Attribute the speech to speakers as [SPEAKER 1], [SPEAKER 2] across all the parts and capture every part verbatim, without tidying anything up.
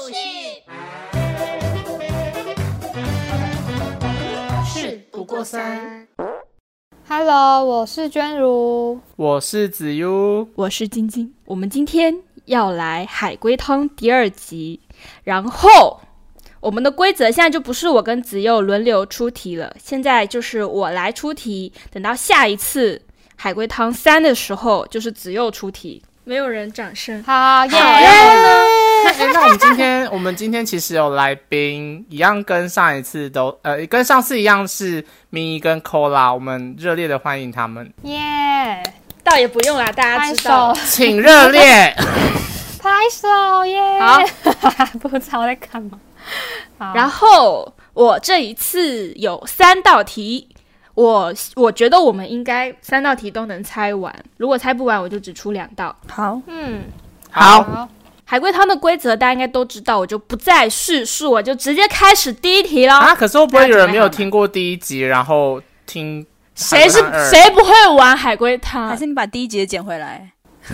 [SPEAKER 1] 系，事不过三。
[SPEAKER 2] Hello， 我是娟如，
[SPEAKER 3] 我是子悠，
[SPEAKER 4] 我是晶晶。我们今天要来海龟汤第二集，然后我们的规则现在就不是我跟子悠轮流出题了，现在就是我来出题，等到下一次海龟汤三的时候就是子悠出题。没有人掌声，
[SPEAKER 2] 好耶！
[SPEAKER 3] 欸、那我们今天我们今天其实有来宾，一样跟上一次都呃跟上次一样是咪一跟 Cola， 我们热烈的欢迎他们。
[SPEAKER 2] 耶、yeah ！
[SPEAKER 4] 倒也不用啦，大家知道，
[SPEAKER 3] 请热烈
[SPEAKER 2] 拍手耶！
[SPEAKER 4] 好，
[SPEAKER 2] 不知道在干嘛。
[SPEAKER 4] 然后我这一次有三道题。我我觉得我们应该三道题都能猜完，如果猜不完我就只出两道。
[SPEAKER 2] 好，嗯，
[SPEAKER 3] 好。
[SPEAKER 2] 好
[SPEAKER 4] 海龟汤的规则大家应该都知道，我就不再叙述，我就直接开始第一题咯。
[SPEAKER 3] 啊，可是会不会有人没有听过第一集，然后听
[SPEAKER 4] 谁是谁不会玩海龟汤？
[SPEAKER 1] 还是你把第一集捡回来？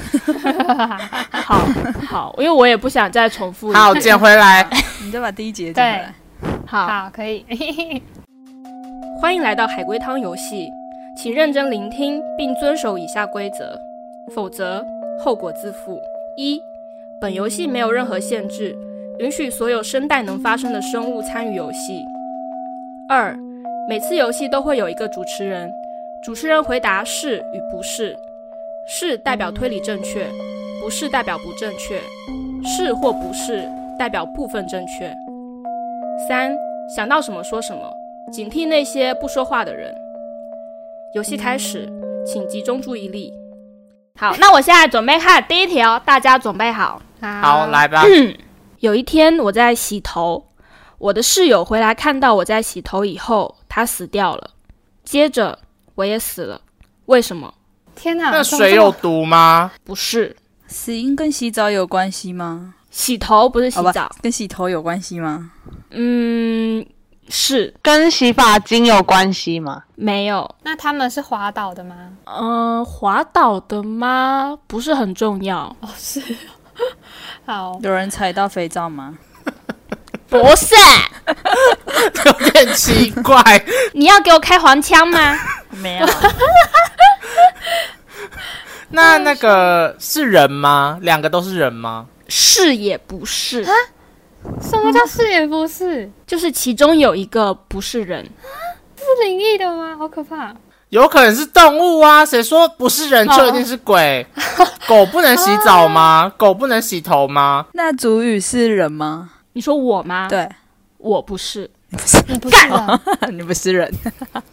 [SPEAKER 4] 好好，因为我也不想再重复。
[SPEAKER 3] 好，捡回来，
[SPEAKER 1] 你再把第一集捡回来。
[SPEAKER 4] 好，
[SPEAKER 2] 好，可以。
[SPEAKER 4] 欢迎来到海龟汤游戏，请认真聆听并遵守以下规则，否则后果自负。一、本游戏没有任何限制，允许所有声带能发声的生物参与游戏。二、每次游戏都会有一个主持人，主持人回答是与不是，是代表推理正确，不是代表不正确，是或不是代表部分正确。三、想到什么说什么，警惕那些不说话的人。游戏开始，请集中注意力。好，那我现在准备开始第一题哦，大家准备好？
[SPEAKER 3] 好，来吧。
[SPEAKER 4] 嗯，有一天我在洗头，我的室友回来看到我在洗头以后，他死掉了。接着我也死了，为什么？
[SPEAKER 2] 天哪！
[SPEAKER 3] 那水有毒吗？
[SPEAKER 4] 不是。
[SPEAKER 1] 死因跟洗澡有关系吗？
[SPEAKER 4] 洗头不是洗澡。
[SPEAKER 1] 哦、跟洗头有关系吗？
[SPEAKER 4] 嗯。是
[SPEAKER 5] 跟洗发精有关系吗？
[SPEAKER 4] 没有。
[SPEAKER 2] 那他们是滑倒的吗？
[SPEAKER 4] 呃，滑倒的吗？不是很重要。
[SPEAKER 2] 哦，是。好。
[SPEAKER 1] 有人踩到肥皂吗？
[SPEAKER 4] 不是。
[SPEAKER 3] 有点奇怪。
[SPEAKER 4] 你要给我开黄腔吗？
[SPEAKER 1] 没有。
[SPEAKER 3] 那那个是人吗？两个都是人吗？
[SPEAKER 4] 是也不是。
[SPEAKER 2] 什么叫是也不是？
[SPEAKER 4] 就是其中有一个不是人。
[SPEAKER 2] 这是灵异的吗？好可怕。
[SPEAKER 3] 有可能是动物啊，谁说不是人就一定是鬼？哦、狗不能洗澡吗？哦、狗不能洗头吗？
[SPEAKER 1] 那主语是人吗？
[SPEAKER 4] 你说我吗？
[SPEAKER 1] 对，
[SPEAKER 4] 我不是。
[SPEAKER 1] 你不是，
[SPEAKER 2] 你不是人，
[SPEAKER 1] 你不是人。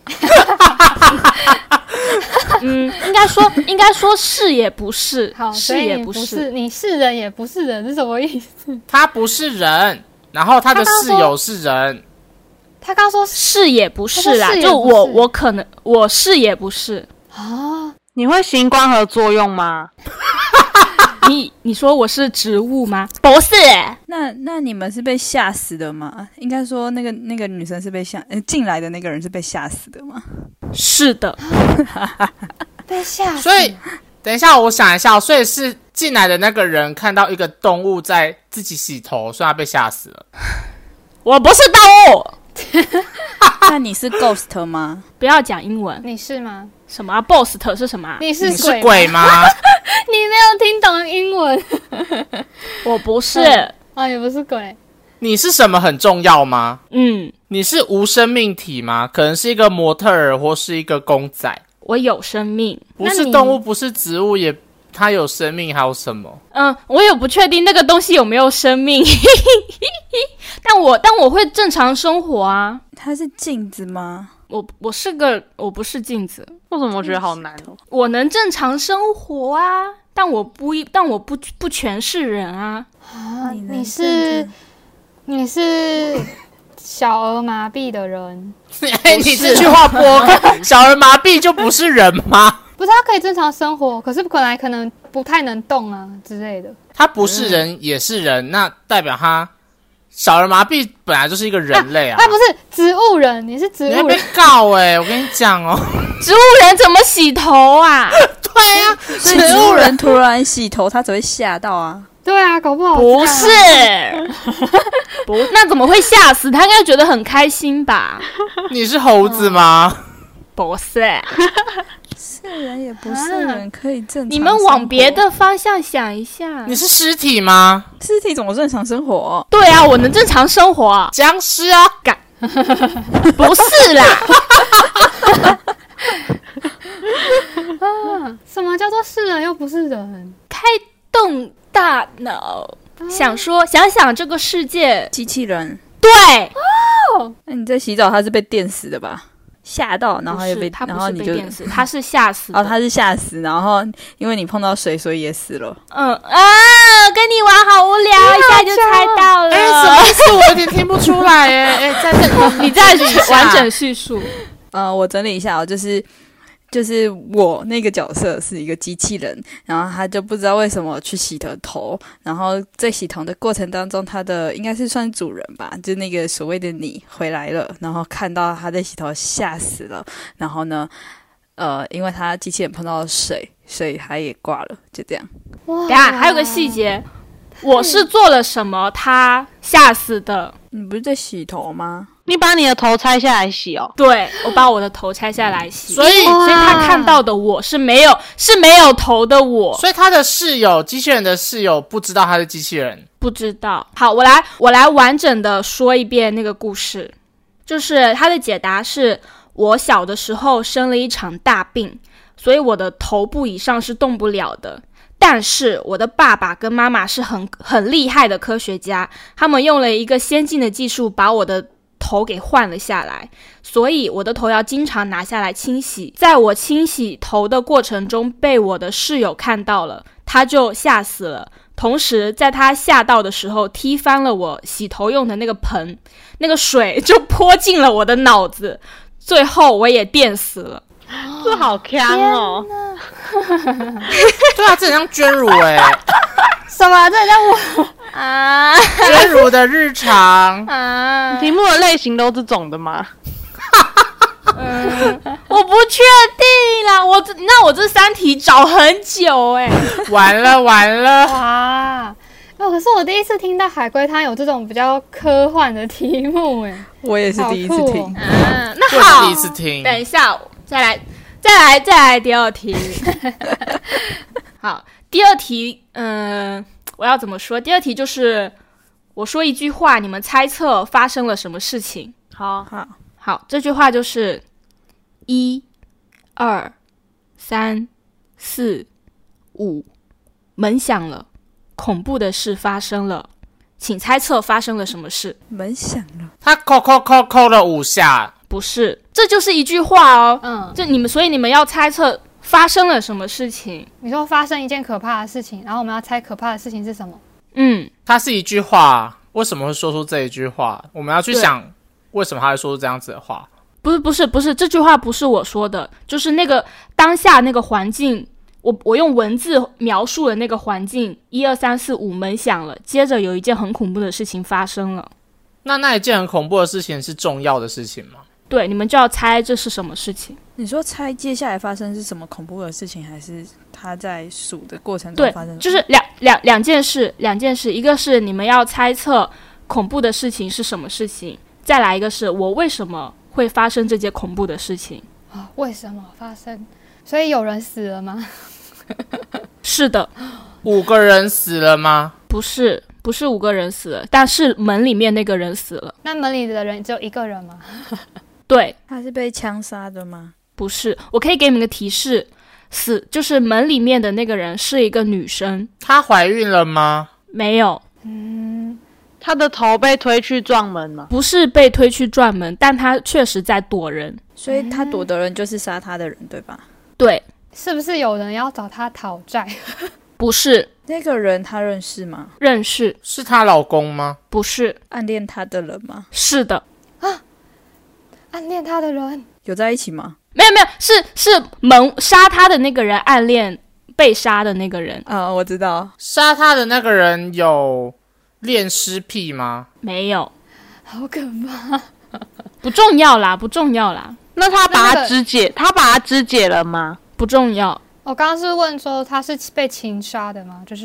[SPEAKER 4] 嗯，应该说，应该说是也不是，
[SPEAKER 2] 好，
[SPEAKER 4] 是也不
[SPEAKER 2] 是，不是你是人也不是人，是什么意思？
[SPEAKER 3] 他不是人，然后他的室友是人。
[SPEAKER 2] 他刚说
[SPEAKER 4] 是也不是啦，
[SPEAKER 2] 是也不是
[SPEAKER 4] 就我我可能我是也不是
[SPEAKER 2] 啊。
[SPEAKER 5] 你会行光合作用吗？
[SPEAKER 4] 你你说我是植物吗？不是。
[SPEAKER 1] 那那你们是被吓死的吗？应该说那个那个女生是被吓，呃，进来的那个人是被吓死的吗？
[SPEAKER 4] 是的。
[SPEAKER 2] 被吓死。
[SPEAKER 3] 所以等一下，我想一下，所以是进来的那个人看到一个动物在自己洗头，所以他被吓死了。
[SPEAKER 4] 我不是动物。
[SPEAKER 1] 那你是 ghost 吗？
[SPEAKER 4] 不要讲英文。
[SPEAKER 2] 你是吗？
[SPEAKER 4] 什么、啊、boss 是什么、啊？
[SPEAKER 2] 你是
[SPEAKER 3] 你是鬼吗？
[SPEAKER 2] 你没有听懂英文。
[SPEAKER 4] 我不是。
[SPEAKER 2] 啊，你不是鬼。
[SPEAKER 3] 你是什么很重要吗？
[SPEAKER 4] 嗯。
[SPEAKER 3] 你是无生命体吗？可能是一个模特儿或是一个公仔。
[SPEAKER 4] 我有生命。
[SPEAKER 3] 不是动物，不是植物，也它有生命，还有什么？
[SPEAKER 4] 嗯，我也不确定那个东西有没有生命。但我但我会正常生活啊。
[SPEAKER 1] 它是镜子吗？
[SPEAKER 4] 我我是个我不是镜子。
[SPEAKER 5] 为什么我觉得好难哦？
[SPEAKER 4] 我能正常生活啊，但我不但我不不全是人啊。
[SPEAKER 2] 啊，你是你是小儿麻痹的人。
[SPEAKER 3] 哎，你这句话播开，小儿麻痹就不是人吗？
[SPEAKER 2] 不是，他可以正常生活，可是本来可能不太能动啊之类的。
[SPEAKER 3] 他不是人也是人，那代表他小儿麻痹本来就是一个人类啊。
[SPEAKER 2] 他、啊、不是植物人，你是植物人。
[SPEAKER 3] 你会被告哎、欸！我跟你讲哦，
[SPEAKER 4] 植物人怎么洗头啊？
[SPEAKER 3] 对啊，
[SPEAKER 1] 所以植物人突然洗头，他只会吓到啊。
[SPEAKER 2] 对啊，搞不好
[SPEAKER 4] 不是，不，那怎么会吓死？他应该觉得很开心吧？
[SPEAKER 3] 你是猴子吗？
[SPEAKER 4] 不是，
[SPEAKER 1] 是人也不是人，可以正常。
[SPEAKER 4] 你们往别的方向想一下。
[SPEAKER 3] 你是尸体吗？
[SPEAKER 1] 尸体怎么正常生活？
[SPEAKER 4] 对啊，我能正常生活啊。
[SPEAKER 3] 僵尸啊！
[SPEAKER 4] 干，不是啦。
[SPEAKER 2] 啊，什么叫做是人又不是人？
[SPEAKER 4] 开动大脑，想说想想这个世界，
[SPEAKER 1] 机器人。
[SPEAKER 4] 对。
[SPEAKER 1] 那你在洗澡，他是被电死的吧？吓到，然后又被，
[SPEAKER 4] 他不是
[SPEAKER 1] 然后你就
[SPEAKER 4] 被电死，他是吓死的。
[SPEAKER 1] 哦，他是吓死，然后因为你碰到水，所以也死了。
[SPEAKER 4] 嗯啊，跟你玩好无聊，一下就猜到了。
[SPEAKER 3] 哎、欸，什么意思？我有点听不出来哎哎、欸，在这
[SPEAKER 4] 你再完整叙述。
[SPEAKER 1] 呃，我整理一下哦，就是就是我那个角色是一个机器人，然后他就不知道为什么去洗的头，然后在洗头的过程当中，他的应该是算主人吧，就那个所谓的你回来了，然后看到他在洗头，吓死了，然后呢，呃，因为他机器人碰到了水，所以他也挂了，就这样。
[SPEAKER 2] 哇，
[SPEAKER 4] 等一下还有个细节，我是做了什么他吓死的？
[SPEAKER 1] 你不是在洗头吗？
[SPEAKER 5] 你把你的头拆下来洗哦。
[SPEAKER 4] 对，我把我的头拆下来洗，
[SPEAKER 3] 所以
[SPEAKER 4] 所以他看到的我是没有是没有头的我，
[SPEAKER 3] 所以他的室友，机器人的室友不知道他是机器人，
[SPEAKER 4] 不知道。好，我来我来完整的说一遍那个故事，就是他的解答是我小的时候生了一场大病，所以我的头部以上是动不了的。但是我的爸爸跟妈妈是很很厉害的科学家，他们用了一个先进的技术把我的头给换了下来，所以我的头要经常拿下来清洗。在我清洗头的过程中被我的室友看到了，他就吓死了。同时在他吓到的时候踢翻了我洗头用的那个盆，那个水就泼进了我的脑子，最后我也电死了。
[SPEAKER 5] 这好强哦！
[SPEAKER 3] 对啊，这很像娟如哎、欸，
[SPEAKER 2] 什么？这很像我
[SPEAKER 4] 啊
[SPEAKER 3] 娟如的日常
[SPEAKER 4] 啊！
[SPEAKER 5] 题目的类型都这种的吗？
[SPEAKER 4] 嗯，我不确定啦，我这那我这三题找很久哎、欸，
[SPEAKER 3] 完了完了
[SPEAKER 2] 哇！哦，可是我第一次听到海龟汤有这种比较科幻的题目哎，
[SPEAKER 1] 我也是第一次听。
[SPEAKER 2] 哦
[SPEAKER 4] 嗯，那
[SPEAKER 3] 我
[SPEAKER 4] 好，
[SPEAKER 3] 是第一次听。
[SPEAKER 4] 等一下，再来，再来，再来第二题。好，第二题，嗯、呃，我要怎么说？第二题就是我说一句话，你们猜测发生了什么事情。
[SPEAKER 5] 好，
[SPEAKER 1] 好，
[SPEAKER 4] 好，这句话就是一、二、三、四、五，门响了，恐怖的事发生了，请猜测发生了什么事？
[SPEAKER 1] 门响了，
[SPEAKER 3] 他扣扣扣扣了五下，
[SPEAKER 4] 不是，这就是一句话哦。
[SPEAKER 2] 嗯，
[SPEAKER 4] 就你们，所以你们要猜测发生了什么事情。
[SPEAKER 2] 你说发生一件可怕的事情，然后我们要猜可怕的事情是什么？
[SPEAKER 4] 嗯，
[SPEAKER 3] 它是一句话，为什么会说出这一句话？我们要去想为什么他会说出这样子的话。
[SPEAKER 4] 不是，不是，不是，这句话不是我说的，就是那个当下那个环境，我我用文字描述了那个环境，一二三四五门响了，接着有一件很恐怖的事情发生了。
[SPEAKER 3] 那那一件很恐怖的事情是重要的事情吗？
[SPEAKER 4] 对，你们就要猜这是什么事情。
[SPEAKER 1] 你说猜接下来发生是什么恐怖的事情，还是他在数的过程中
[SPEAKER 4] 对
[SPEAKER 1] 发生？
[SPEAKER 4] 就是两两两件事，两件事，一个是你们要猜测恐怖的事情是什么事情，再来一个是我为什么会发生这件恐怖的事情。
[SPEAKER 2] 哦，为什么发生？所以有人死了吗？
[SPEAKER 4] 是的，
[SPEAKER 3] 五个人死了吗？
[SPEAKER 4] 不是，不是五个人死了，但是门里面那个人死了。
[SPEAKER 2] 那门里的人只有一个人吗？
[SPEAKER 4] 对，
[SPEAKER 1] 他是被枪杀的吗？
[SPEAKER 4] 不是，我可以给你们个提示，死就是门里面的那个人是一个女生。
[SPEAKER 3] 她怀孕了吗？
[SPEAKER 4] 没有，
[SPEAKER 2] 嗯，
[SPEAKER 5] 他的头被推去撞门吗？
[SPEAKER 4] 不是被推去撞门，但他确实在躲人。
[SPEAKER 1] 所以他躲的人就是杀他的人，对吧？
[SPEAKER 4] 对，
[SPEAKER 2] 是不是有人要找他讨债？
[SPEAKER 4] 不是，
[SPEAKER 1] 那个人他认识吗？
[SPEAKER 4] 认识，
[SPEAKER 3] 是她老公吗？
[SPEAKER 4] 不是，
[SPEAKER 1] 暗恋他的人吗？
[SPEAKER 4] 是的，
[SPEAKER 2] 暗恋他的人
[SPEAKER 1] 有在一起吗？
[SPEAKER 4] 没有没有，是是门杀他的那个人暗恋被杀的那个人。
[SPEAKER 1] 啊、我知道。
[SPEAKER 3] 杀她的那个人有恋尸癖吗？
[SPEAKER 4] 没有，
[SPEAKER 2] 好可怕！
[SPEAKER 4] 不重要啦，不重要啦，
[SPEAKER 5] 那他把
[SPEAKER 2] 那个
[SPEAKER 5] 他肢解，他把他肢解了吗？
[SPEAKER 4] 不重要。
[SPEAKER 2] 我刚刚是问说他是被情杀的吗？就是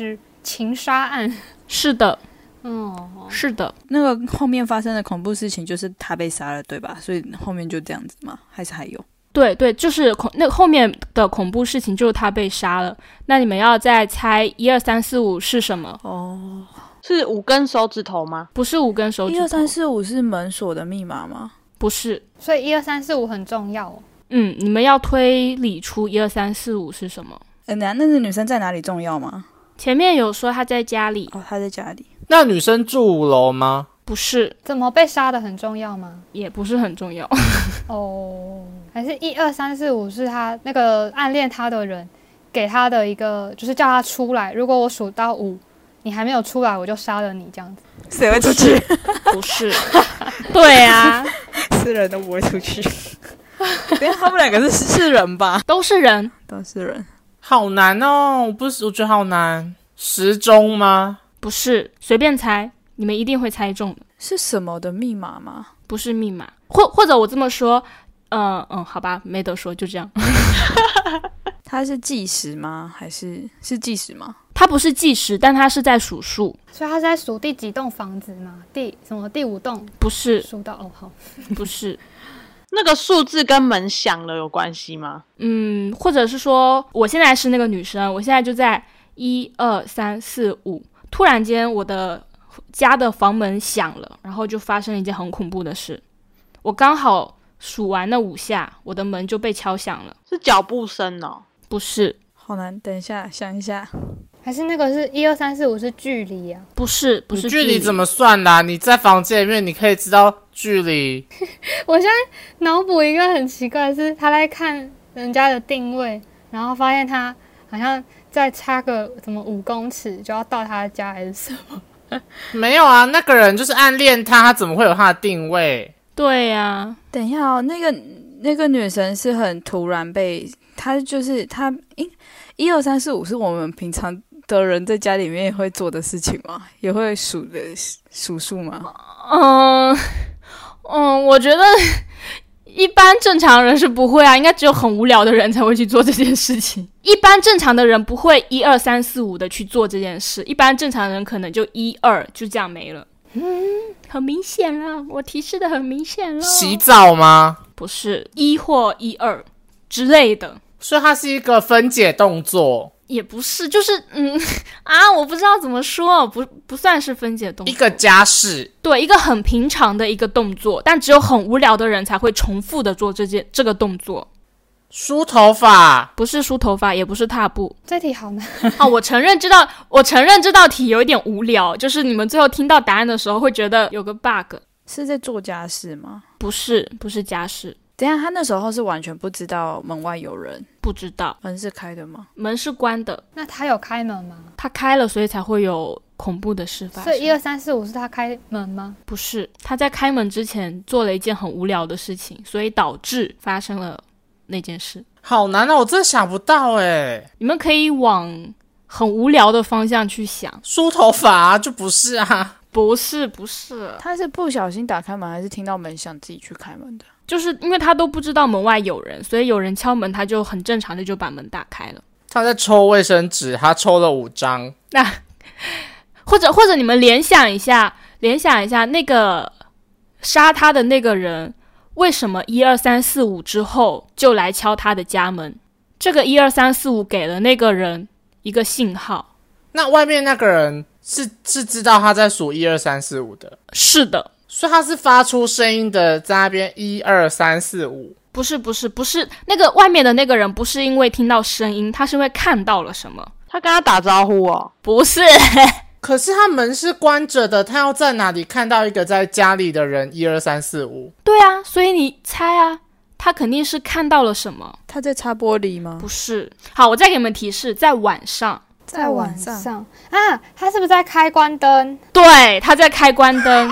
[SPEAKER 2] 情杀案？
[SPEAKER 4] 是的，
[SPEAKER 2] 哦，
[SPEAKER 4] 是的。
[SPEAKER 1] 那个后面发生的恐怖事情就是他被杀了，对吧？所以后面就这样子吗？还是还有？
[SPEAKER 4] 对对，就是恐那后面的恐怖事情就是他被杀了。那你们要再猜一二三四五是什么？
[SPEAKER 1] 哦，
[SPEAKER 5] 是五根手指头吗？
[SPEAKER 4] 不是五根手指头。
[SPEAKER 1] 一二三四五是门锁的密码吗？
[SPEAKER 4] 不是。
[SPEAKER 2] 所以一二三四五很重要哦。
[SPEAKER 4] 嗯，你们要推理出一二三四五是什么？
[SPEAKER 1] 嗯，那那个女生在哪里重要吗？
[SPEAKER 4] 前面有说她在家里。
[SPEAKER 1] 哦，她在家里。
[SPEAKER 3] 那女生住五楼吗？
[SPEAKER 4] 不是。
[SPEAKER 2] 怎么被杀的很重要吗？
[SPEAKER 4] 也不是很重要。
[SPEAKER 2] 哦，还是一二三四五是他那个暗恋他的人给他的一个，就是叫他出来，如果我数到五你还没有出来我就杀了你，这样子。
[SPEAKER 1] 谁会出去？
[SPEAKER 4] 不是。对啊，
[SPEAKER 1] 是人都不会出去。等一下他们两个是是人吧？
[SPEAKER 4] 都是人，
[SPEAKER 1] 都是人。
[SPEAKER 3] 好难哦，我不是，我觉得好难。时钟吗？
[SPEAKER 4] 不是，随便猜，你们一定会猜中的。
[SPEAKER 1] 是什么的密码吗？
[SPEAKER 4] 不是密码，或或者我这么说，嗯嗯，好吧，没得说，就这样。
[SPEAKER 1] 它是计时吗？还是是计时吗？
[SPEAKER 4] 它不是计时，但它是在数数。
[SPEAKER 2] 所以他是在数第几栋房子吗？第什么第五栋？
[SPEAKER 4] 不是。
[SPEAKER 2] 数到哦，好，
[SPEAKER 4] 不是。
[SPEAKER 5] 那个数字跟门响了有关系吗？
[SPEAKER 4] 嗯，或者是说，我现在是那个女生，我现在就在一二三四五，突然间我的家的房门响了，然后就发生了一件很恐怖的事。我刚好数完那五下，我的门就被敲响了。
[SPEAKER 5] 是脚步声哦？
[SPEAKER 4] 不是。
[SPEAKER 1] 好难，等一下想一下。
[SPEAKER 2] 还是那个是一二三四五是距离啊？
[SPEAKER 4] 不是，不是
[SPEAKER 3] 距离怎么算啦、啊？你在房间里面，你可以知道距离。
[SPEAKER 2] 我现在脑补一个很奇怪的是，他在看人家的定位，然后发现他好像再差个什么五公尺就要到他家还是什么？
[SPEAKER 3] 没有啊，那个人就是暗恋他，他怎么会有他的定位？
[SPEAKER 4] 对呀、啊，
[SPEAKER 1] 等一下哦，那个那个女神是很突然被她就是她，诶，一二三四五是我们平常的人在家里面也会做的事情吗？也会数的数数吗？
[SPEAKER 4] 嗯嗯，我觉得一般正常人是不会啊，应该只有很无聊的人才会去做这件事情。一般正常的人不会一二三四五的去做这件事，一般正常人可能就一二就这样没了。嗯，很明显了，我提示的很明显了。
[SPEAKER 3] 洗澡吗？
[SPEAKER 4] 不是，一或一二之类的。
[SPEAKER 3] 所以它是一个分解动作。
[SPEAKER 4] 也不是，就是嗯啊，我不知道怎么说，不不算是分解动作，
[SPEAKER 3] 一个家事，
[SPEAKER 4] 对，一个很平常的一个动作，但只有很无聊的人才会重复的做这件这个动作。
[SPEAKER 3] 梳头发，
[SPEAKER 4] 不是梳头发，也不是踏步。
[SPEAKER 2] 这题好难
[SPEAKER 4] 哦，我承认这道，我承认这道题有一点无聊，就是你们最后听到答案的时候会觉得有个 bug。
[SPEAKER 1] 是在做家事吗？
[SPEAKER 4] 不是，不是家事。
[SPEAKER 1] 等一下，他那时候是完全不知道门外有人，
[SPEAKER 4] 不知道
[SPEAKER 1] 门是开的吗？
[SPEAKER 4] 门是关的。
[SPEAKER 2] 那他有开门吗？
[SPEAKER 4] 他开了，所以才会有恐怖的事发生。
[SPEAKER 2] 所以一二三四五是他开门吗？
[SPEAKER 4] 不是，他在开门之前做了一件很无聊的事情，所以导致发生了那件事。
[SPEAKER 3] 好难哦，我真的想不到哎。
[SPEAKER 4] 你们可以往很无聊的方向去想。
[SPEAKER 3] 梳头发啊，就不是啊。
[SPEAKER 4] 不是不是，
[SPEAKER 1] 他是不小心打开门，还是听到门响自己去开门的？
[SPEAKER 4] 就是因为他都不知道门外有人，所以有人敲门，他就很正常的就把门打开了。
[SPEAKER 3] 他在抽卫生纸，他抽了五张。
[SPEAKER 4] 那或者或者你们联想一下，联想一下那个杀他的那个人，为什么一二三四五之后就来敲他的家门？这个一二三四五给了那个人一个信号。
[SPEAKER 3] 那外面那个人是是知道他在数一二三四五的？
[SPEAKER 4] 是的。
[SPEAKER 3] 所以他是发出声音的，在那边一二三四五。
[SPEAKER 4] 不是不是不是，那个外面的那个人不是因为听到声音，他是因为看到了什么。
[SPEAKER 5] 他跟他打招呼哦？
[SPEAKER 4] 不是。
[SPEAKER 3] 可是他门是关着的，他要在哪里看到一个在家里的人一二三四五？
[SPEAKER 4] 对啊，所以你猜啊，他肯定是看到了什么。
[SPEAKER 1] 他在擦玻璃吗？
[SPEAKER 4] 不是。好，我再给你们提示，在晚上。
[SPEAKER 1] 在晚上,
[SPEAKER 2] 晚上啊，他是不是在开关灯？
[SPEAKER 4] 对，他在开关灯。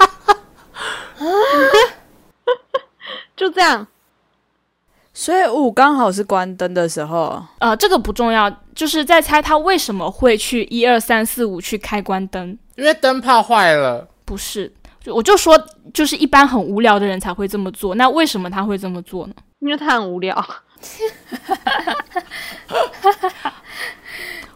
[SPEAKER 5] 就这样。
[SPEAKER 1] 所以五刚好是关灯的时候。
[SPEAKER 4] 呃，这个不重要，就是在猜他为什么会去一二三四五去开关灯。
[SPEAKER 3] 因为灯泡坏了。
[SPEAKER 4] 不是，我就说就是一般很无聊的人才会这么做，那为什么他会这么做呢？
[SPEAKER 5] 因为他很无聊。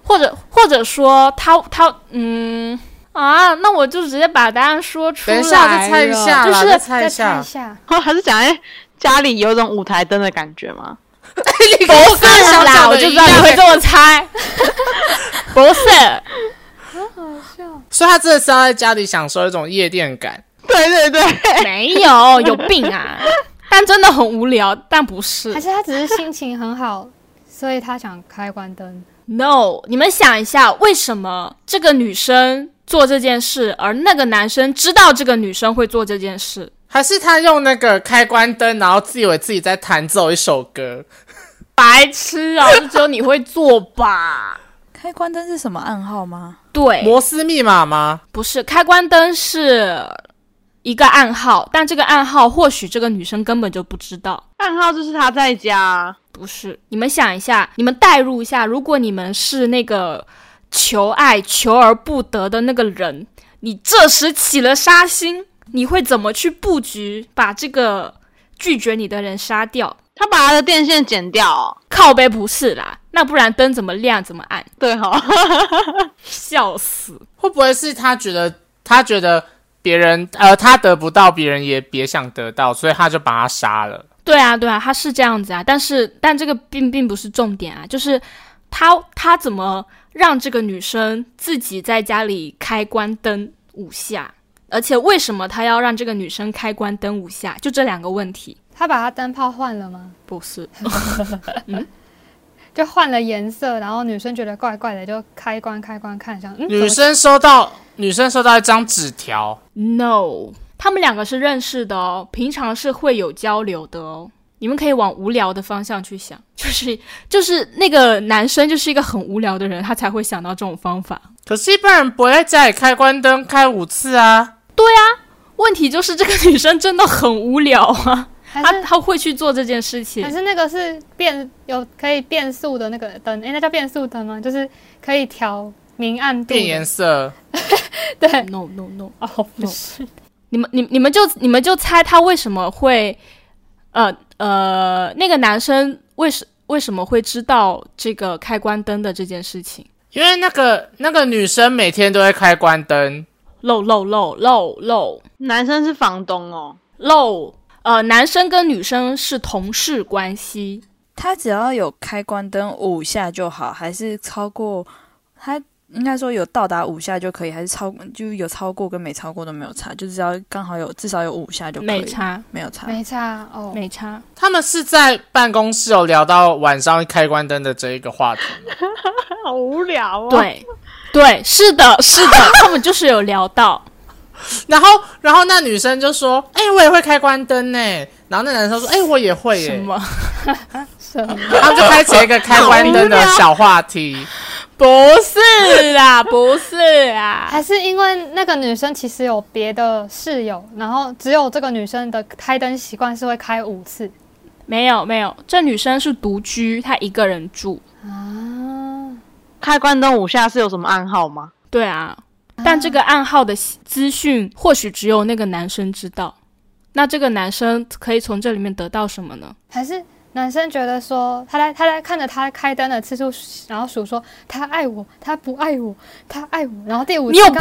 [SPEAKER 4] 或者或者说他他嗯啊，那我就直接把答案说出来了。
[SPEAKER 3] 等一下，再猜一下啦，
[SPEAKER 4] 就是
[SPEAKER 3] 再猜一下。
[SPEAKER 2] 下
[SPEAKER 5] 还是讲哎，家里有种舞台灯的感觉吗？
[SPEAKER 3] 不
[SPEAKER 4] 不是啦，我就知道你会这么猜。不是，
[SPEAKER 2] 好好笑。
[SPEAKER 3] 所以他真的是要在家里享受一种夜店感。
[SPEAKER 5] 对对对，
[SPEAKER 4] 没有，有病啊！但真的很无聊，但不是
[SPEAKER 2] 还。是他只是心情很好，所以他想开关灯。
[SPEAKER 4] No， 你们想一下，为什么这个女生做这件事，而那个男生知道这个女生会做这件事？
[SPEAKER 3] 还是他用那个开关灯，然后自以为自己在弹奏一首歌？
[SPEAKER 4] 白痴啊！就只有你会做吧？
[SPEAKER 1] 开关灯是什么暗号吗？
[SPEAKER 4] 对，
[SPEAKER 3] 摩斯密码吗？
[SPEAKER 4] 不是，开关灯是一个暗号，但这个暗号或许这个女生根本就不知道。
[SPEAKER 5] 暗号就是他在家。
[SPEAKER 4] 不是，你们想一下，你们代入一下，如果你们是那个求爱求而不得的那个人，你这时起了杀心，你会怎么去布局把这个拒绝你的人杀掉？
[SPEAKER 5] 他把他的电线剪掉哦。
[SPEAKER 4] 靠背不是啦，那不然灯怎么亮怎么暗？
[SPEAKER 5] 对齁，
[SPEAKER 4] 笑死！
[SPEAKER 3] 会不会是他觉得他觉得别人呃他得不到，别人也别想得到，所以他就把他杀了？
[SPEAKER 4] 对啊，对啊，他是这样子啊，但是但这个并并不是重点啊，就是他他怎么让这个女生自己在家里开关灯五下，而且为什么他要让这个女生开关灯五下？就这两个问题。
[SPEAKER 2] 他把他灯泡换了吗？
[SPEAKER 4] 不是，
[SPEAKER 2] 嗯，就换了颜色，然后女生觉得怪怪的，就开关开关看，想、嗯、
[SPEAKER 3] 女生收到女生收到一张纸条
[SPEAKER 4] ，No， 他们两个是认识的哦，平常是会有交流的哦。你们可以往无聊的方向去想，就是就是那个男生就是一个很无聊的人，他才会想到这种方法。
[SPEAKER 3] 可是一般人不会在家里开关灯开五次啊。
[SPEAKER 4] 对啊，问题就是这个女生真的很无聊啊。他他会去做这件事情，
[SPEAKER 2] 还是那个是变有可以变速的那个灯？诶，那叫变速灯吗？就是可以调明暗度、
[SPEAKER 3] 变颜色。
[SPEAKER 2] 对
[SPEAKER 4] ，no no no，
[SPEAKER 2] 哦，不是，
[SPEAKER 4] no. 你们你你们就你们就猜他为什么会，呃呃，那个男生为什为什么会知道这个开关灯的这件事情？
[SPEAKER 3] 因为那个那个女生每天都会开关灯。
[SPEAKER 4] 漏漏漏漏漏，
[SPEAKER 5] 男生是房东哦。
[SPEAKER 4] 漏。呃，男生跟女生是同事关系，
[SPEAKER 1] 他只要有开关灯五下就好，还是超过？他应该说有到达五下就可以，还是超就有超过跟没超过都没有差，就只要刚好有至少有五下就可以。
[SPEAKER 4] 没差，
[SPEAKER 1] 没有差，
[SPEAKER 2] 没差哦，
[SPEAKER 4] 没差。
[SPEAKER 3] 他们是在办公室有聊到晚上开关灯的这一个话题吗？
[SPEAKER 5] 好无聊哦。
[SPEAKER 4] 对，对，是的，是的，他们就是有聊到。
[SPEAKER 3] 然后，然后那女生就说：“哎、欸，我也会开关灯呢。”然后那男生说：“哎、欸，我也会耶。”
[SPEAKER 4] 什么？
[SPEAKER 2] 什么？
[SPEAKER 3] 他们就开启一个开关灯的小话题。
[SPEAKER 4] 不是啦，不是啦，
[SPEAKER 2] 还是因为那个女生其实有别的室友，然后只有这个女生的开灯习惯是会开五次。
[SPEAKER 4] 没有没有，这女生是独居，她一个人住
[SPEAKER 2] 啊。
[SPEAKER 5] 开关灯五下是有什么暗号吗？
[SPEAKER 4] 对啊。但这个暗号的资讯或许只有那个男生知道，那这个男生可以从这里面得到什么呢？
[SPEAKER 2] 还是男生觉得说他在他在看着他开灯的次数，然后数说他爱我，他不爱我，他爱我，然后第五次
[SPEAKER 4] 你有病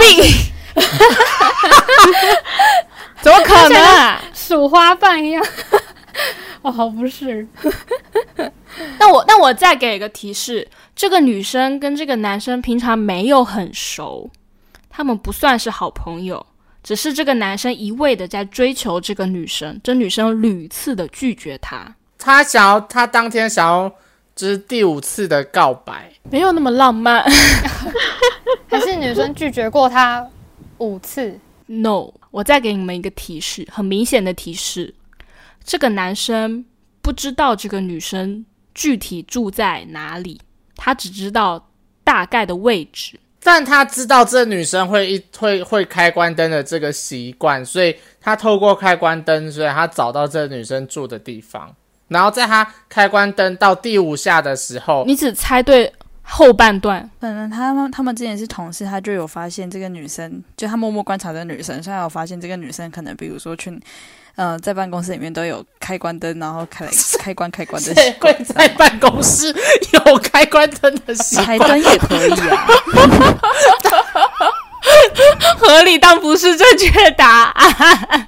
[SPEAKER 4] 怎么可能啊？
[SPEAKER 2] 数花瓣一样哦，不是
[SPEAKER 4] 那我那我再给一个提示，这个女生跟这个男生平常没有很熟，他们不算是好朋友，只是这个男生一味的在追求这个女生，这女生屡次的拒绝他。
[SPEAKER 3] 他想要，他当天想要，就是第五次的告白，
[SPEAKER 4] 没有那么浪漫。
[SPEAKER 2] 还是女生拒绝过他五次
[SPEAKER 4] ？No， 我再给你们一个提示，很明显的提示，这个男生不知道这个女生具体住在哪里，他只知道大概的位置。
[SPEAKER 3] 但他知道这女生会一会会开关灯的这个习惯，所以他透过开关灯，所以他找到这女生住的地方。然后在他开关灯到第五下的时候，
[SPEAKER 4] 你只猜对后半段。
[SPEAKER 1] 可能他们他们之前是同事，他就有发现这个女生，就他默默观察这个女生，所以他有发现这个女生可能比如说去呃在办公室里面都有开关灯，然后开开关开关的习惯。
[SPEAKER 3] 会在办公室有开关灯的习惯？
[SPEAKER 1] 开灯也可以啊。
[SPEAKER 4] 合理但不是正确答案。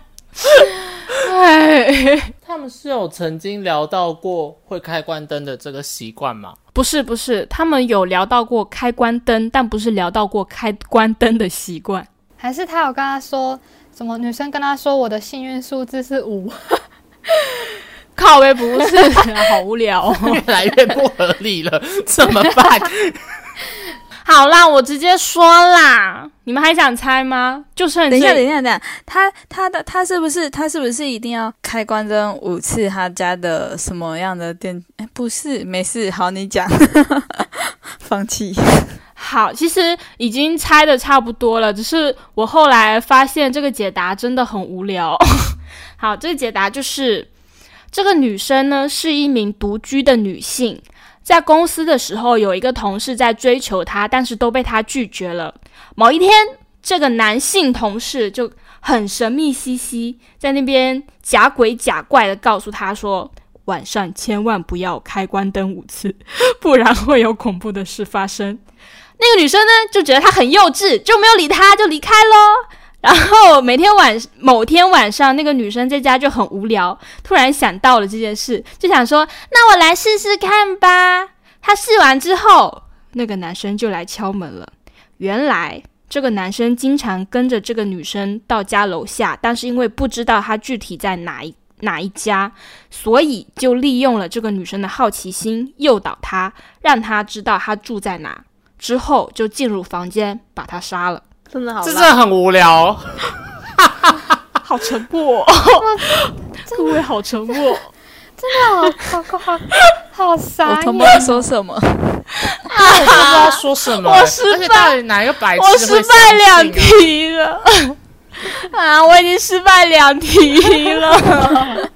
[SPEAKER 4] 哎，
[SPEAKER 3] 他们是有曾经聊到过会开关灯的这个习惯吗？
[SPEAKER 4] 不是不是，他们有聊到过开关灯，但不是聊到过开关灯的习惯。
[SPEAKER 2] 还是他有跟他说什么？女生跟他说我的幸运数字是五。
[SPEAKER 4] 靠北不是，好无聊哦，
[SPEAKER 3] 越来越不合理了，怎么办？
[SPEAKER 4] 好啦，我直接说啦，你们还想猜吗？就剩
[SPEAKER 1] 等一下，等一下，等一下，他他的他是不是他是不是一定要开关灯五次？他家的什么样的电？哎，不是，没事，好，你讲，放弃。
[SPEAKER 4] 好，其实已经猜的差不多了，只是我后来发现这个解答真的很无聊。好，这个解答就是这个女生呢是一名独居的女性。在公司的时候，有一个同事在追求她，但是都被她拒绝了。某一天，这个男性同事就很神秘兮兮，在那边假鬼假怪的告诉她说，晚上千万不要开关灯五次，不然会有恐怖的事发生。那个女生呢，就觉得他很幼稚，就没有理他，就离开咯。然后每天晚某天晚上，那个女生在家就很无聊，突然想到了这件事，就想说，那我来试试看吧。她试完之后，那个男生就来敲门了。原来这个男生经常跟着这个女生到家楼下，但是因为不知道她具体在哪一哪一家，所以就利用了这个女生的好奇心，诱导她，让她知道她住在哪，之后就进入房间把她杀了。
[SPEAKER 5] 真的好烂，
[SPEAKER 3] 这真的很无聊。
[SPEAKER 4] 好沉默、哦，各位好沉默，
[SPEAKER 2] 真的好好好好傻眼。
[SPEAKER 1] 我同伴说什么？
[SPEAKER 3] 我不知道说什么、欸，
[SPEAKER 4] 我失败，
[SPEAKER 3] 而且到底哪一个白痴
[SPEAKER 4] 我
[SPEAKER 3] 会
[SPEAKER 4] 失败两
[SPEAKER 3] 相信啊
[SPEAKER 4] 题了啊！我已经失败两题了。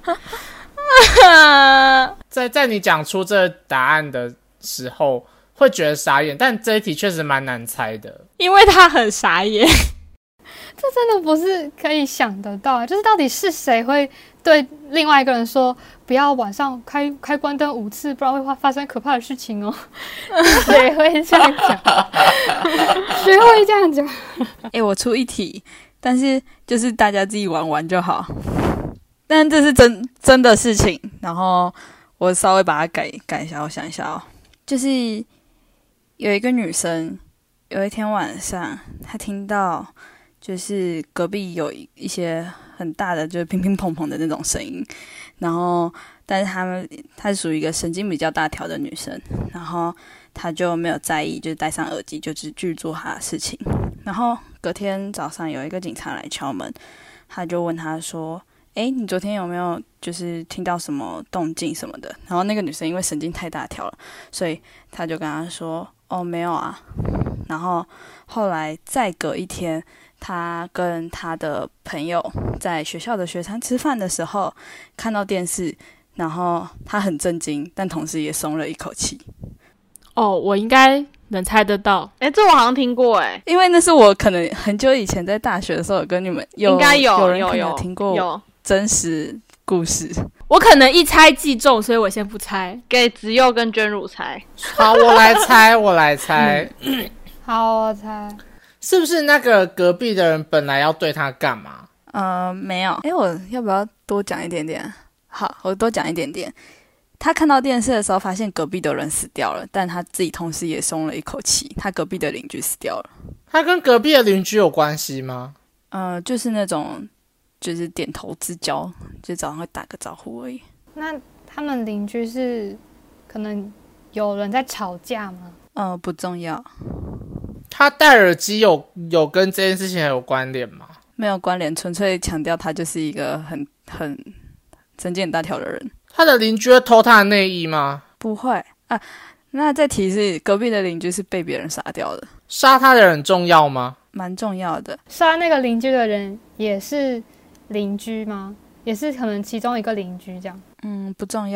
[SPEAKER 3] 在在你讲出这答案的时候，会觉得傻眼，但这一题确实蛮难猜的，
[SPEAKER 4] 因为他很傻眼。
[SPEAKER 2] 这真的不是可以想得到，就是到底是谁会对另外一个人说不要晚上开开关灯五次，不然会发生可怕的事情哦？谁会这样讲？谁会这样讲？
[SPEAKER 1] 哎、欸，我出一题，但是就是大家自己玩玩就好。但这是真真的事情，然后我稍微把它改改一下，我想一下哦，就是有一个女生，有一天晚上，她听到就是隔壁有一些很大的，就是乒乒乓乓的那种声音，然后但是她们她是属于一个神经比较大条的女生，然后她就没有在意，就是戴上耳机就只继续做她的事情。然后隔天早上有一个警察来敲门，他就问她说，诶，你昨天有没有就是听到什么动静什么的？然后那个女生因为神经太大条了，所以她就跟他说，哦，没有啊。然后后来再隔一天，她跟她的朋友在学校的学餐吃饭的时候看到电视，然后她很震惊，但同时也松了一口气。
[SPEAKER 4] 哦，我应该能猜得到。
[SPEAKER 5] 哎、欸，这我好像听过哎、欸，
[SPEAKER 1] 因为那是我可能很久以前在大学的时候有跟你们有
[SPEAKER 5] 应该有
[SPEAKER 1] 有人可能
[SPEAKER 5] 有有
[SPEAKER 1] 听过
[SPEAKER 5] 有
[SPEAKER 1] 真实故事。
[SPEAKER 4] 我可能一猜即中，所以我先不猜。
[SPEAKER 5] 给子佑跟娟如猜。
[SPEAKER 3] 好，我来猜，我来猜。
[SPEAKER 2] 嗯、好，我猜
[SPEAKER 3] 是不是那个隔壁的人本来要对他干嘛？
[SPEAKER 1] 呃，没有。诶，我要不要多讲一点点？好，我多讲一点点。他看到电视的时候，发现隔壁的人死掉了，但他自己同时也松了一口气。他隔壁的邻居死掉了。
[SPEAKER 3] 他跟隔壁的邻居有关系吗？
[SPEAKER 1] 呃，就是那种，就是点头之交，就早上会打个招呼而已。
[SPEAKER 2] 那他们邻居是可能有人在吵架吗？
[SPEAKER 1] 呃，不重要。
[SPEAKER 3] 他戴耳机有有跟这件事情有关联吗？
[SPEAKER 1] 没有关联，纯粹强调他就是一个很很神经很大条的人。
[SPEAKER 3] 他的邻居会偷他的内衣吗？
[SPEAKER 1] 不会啊。那再提示，隔壁的邻居是被别人杀掉的。
[SPEAKER 3] 杀他的人重要吗？
[SPEAKER 1] 蛮重要的。
[SPEAKER 2] 杀那个邻居的人也是邻居吗？也是可能其中一个邻居这样？
[SPEAKER 1] 嗯，不重要。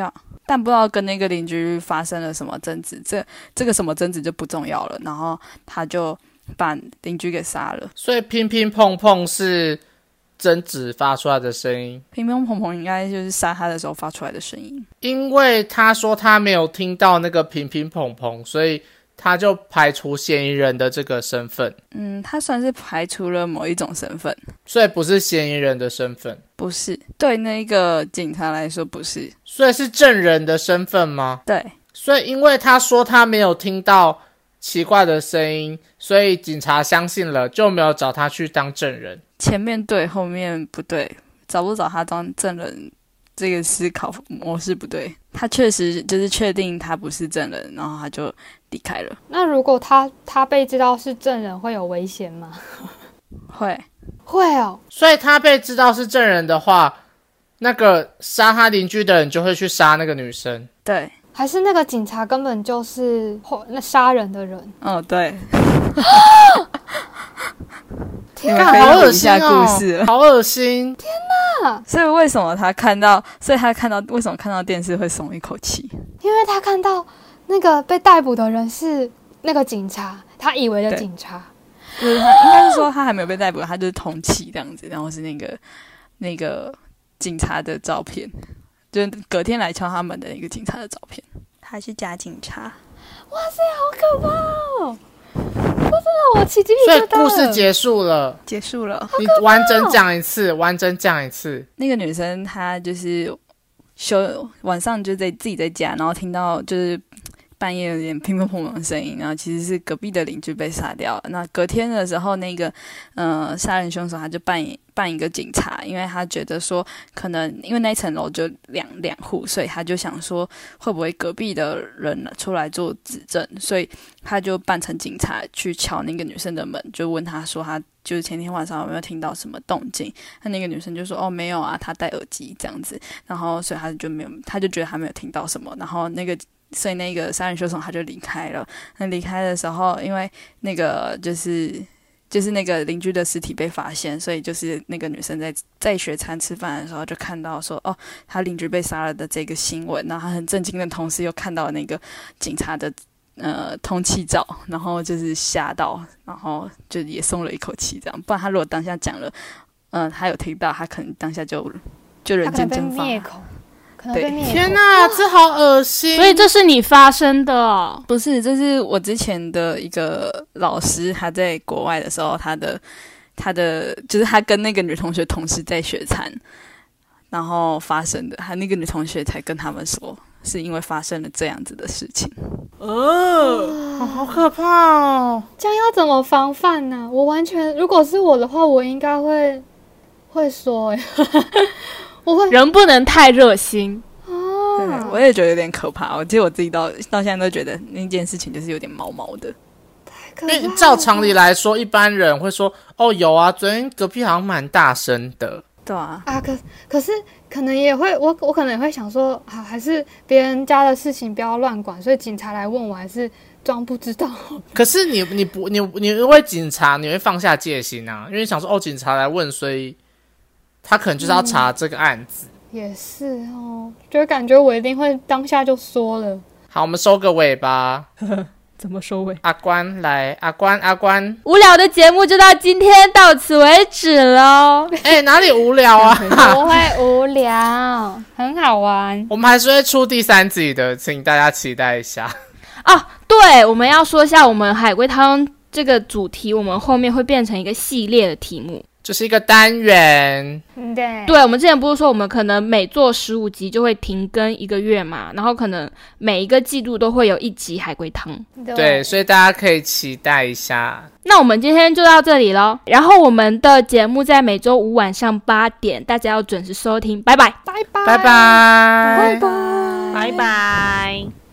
[SPEAKER 1] 但不知道跟那个邻居发生了什么争执，这这个什么争执就不重要了，然后他就把邻居给杀了。
[SPEAKER 3] 所以乒乒乓乓是争执发出来的声音，
[SPEAKER 1] 乒乒乓乓应该就是杀他的时候发出来的声音。
[SPEAKER 3] 因为他说他没有听到那个乒乒乓乓，所以他就排除嫌疑人的这个身份。
[SPEAKER 1] 嗯，他算是排除了某一种身份，
[SPEAKER 3] 所以不是嫌疑人的身份。
[SPEAKER 1] 不是，对那个警察来说不是，
[SPEAKER 3] 所以是证人的身份吗？
[SPEAKER 1] 对，
[SPEAKER 3] 所以因为他说他没有听到奇怪的声音，所以警察相信了，就没有找他去当证人。
[SPEAKER 1] 前面对，后面不对，找不找他当证人，这个思考模式不对。他确实就是确定他不是证人，然后他就离开了。
[SPEAKER 2] 那如果他他被知道是证人，会有危险吗？
[SPEAKER 1] 会，
[SPEAKER 2] 会哦。
[SPEAKER 3] 所以他被知道是证人的话，那个杀他邻居的人就会去杀那个女生。
[SPEAKER 1] 对，
[SPEAKER 2] 还是那个警察根本就是那杀人的人？
[SPEAKER 1] 哦，对。
[SPEAKER 2] 天
[SPEAKER 1] 哪，
[SPEAKER 3] 好恶心
[SPEAKER 1] 哦！故事
[SPEAKER 3] 好恶心！
[SPEAKER 2] 天哪！
[SPEAKER 1] 所以为什么他看到？所以他看到为什么看到电视会松一口气？
[SPEAKER 2] 因为他看到那个被逮捕的人是那个警察，他以为的警察。
[SPEAKER 1] 就是他应该是说他还没有被逮捕，他就是通缉这样子，然后是那个那个警察的照片，就是隔天来敲他门的那个警察的照片，他是假警察。
[SPEAKER 2] 哇塞，好可怕哦！这真的我起鸡皮疙瘩了。
[SPEAKER 3] 所以故事结束了，
[SPEAKER 1] 结束了。
[SPEAKER 3] 你完整讲一次，完整讲一次。
[SPEAKER 1] 那个女生她就是休晚上就在自己在家，然后听到就是半夜有点乒乒乓乓的声音，然后其实是隔壁的邻居被杀掉了。那隔天的时候，那个呃杀人凶手他就扮演扮一个警察，因为他觉得说可能因为那一层楼就两两户，所以他就想说会不会隔壁的人出来做指证，所以他就扮成警察去敲那个女生的门，就问他说他就是前天晚上有没有听到什么动静。那那个女生就说哦没有啊，她戴耳机这样子，然后所以他就没有，他就觉得他没有听到什么，然后那个。所以那个杀人凶手他就离开了。那离开的时候，因为那个就是就是那个邻居的尸体被发现，所以就是那个女生在在学餐吃饭的时候就看到说，哦，她邻居被杀了的这个新闻。然后她很震惊的同时又看到那个警察的呃通缉照，然后就是吓到，然后就也松了一口气。这样，不然他如果当下讲了，嗯、呃，他有听到，他可能当下就就人间蒸发。
[SPEAKER 2] 对，
[SPEAKER 3] 天哪，这好恶心！
[SPEAKER 4] 所以这是你发生的哦？
[SPEAKER 1] 不是，这是我之前的一个老师，他在国外的时候，他的他的就是他跟那个女同学同时在学餐，然后发生的，他那个女同学才跟他们说，是因为发生了这样子的事情。
[SPEAKER 3] 哦，好可怕哦！
[SPEAKER 2] 这样要怎么防范呢？我完全，如果是我的话，我应该会会说、欸，我会
[SPEAKER 4] 人不能太热心
[SPEAKER 2] 哦。
[SPEAKER 1] 对，我也觉得有点可怕。我记得我自己到到现在都觉得那件事情就是有点毛毛的。
[SPEAKER 3] 因为照常理来说，一般人会说：“哦，有啊，昨天隔壁好像蛮大声的。”
[SPEAKER 1] 对啊，
[SPEAKER 2] 啊，可可是可能也会，我我可能也会想说，好、啊，还是别人家的事情不要乱管，所以警察来问我，还是装不知道。
[SPEAKER 3] 可是你你不你你因为警察，你会放下戒心啊，因为想说哦，警察来问，所以他可能就是要查这个案子。
[SPEAKER 2] 嗯、也是哦，就感觉我一定会当下就说了。
[SPEAKER 3] 好，我们收个尾吧。
[SPEAKER 4] 怎么收尾？
[SPEAKER 3] 阿关来，阿关阿关，
[SPEAKER 4] 无聊的节目就到今天到此为止咯。
[SPEAKER 3] 哎、欸，哪里无聊啊？
[SPEAKER 2] 不会无聊，很好玩。
[SPEAKER 3] 我们还是会出第三集的，请大家期待一下。
[SPEAKER 4] 哦，对，我们要说一下我们海龟汤这个主题，我们后面会变成一个系列的题目。
[SPEAKER 3] 就是一个单元，
[SPEAKER 2] 对，
[SPEAKER 4] 对，我们之前不是说我们可能每做十五集就会停更一个月嘛，然后可能每一个季度都会有一集海龟汤，
[SPEAKER 3] 对，所以大家可以期待一下。
[SPEAKER 4] 那我们今天就到这里咯，然后我们的节目在每周五晚上八点，大家要准时收听，拜拜，
[SPEAKER 2] 拜拜，
[SPEAKER 3] 拜拜，
[SPEAKER 2] 拜拜，
[SPEAKER 5] 拜拜。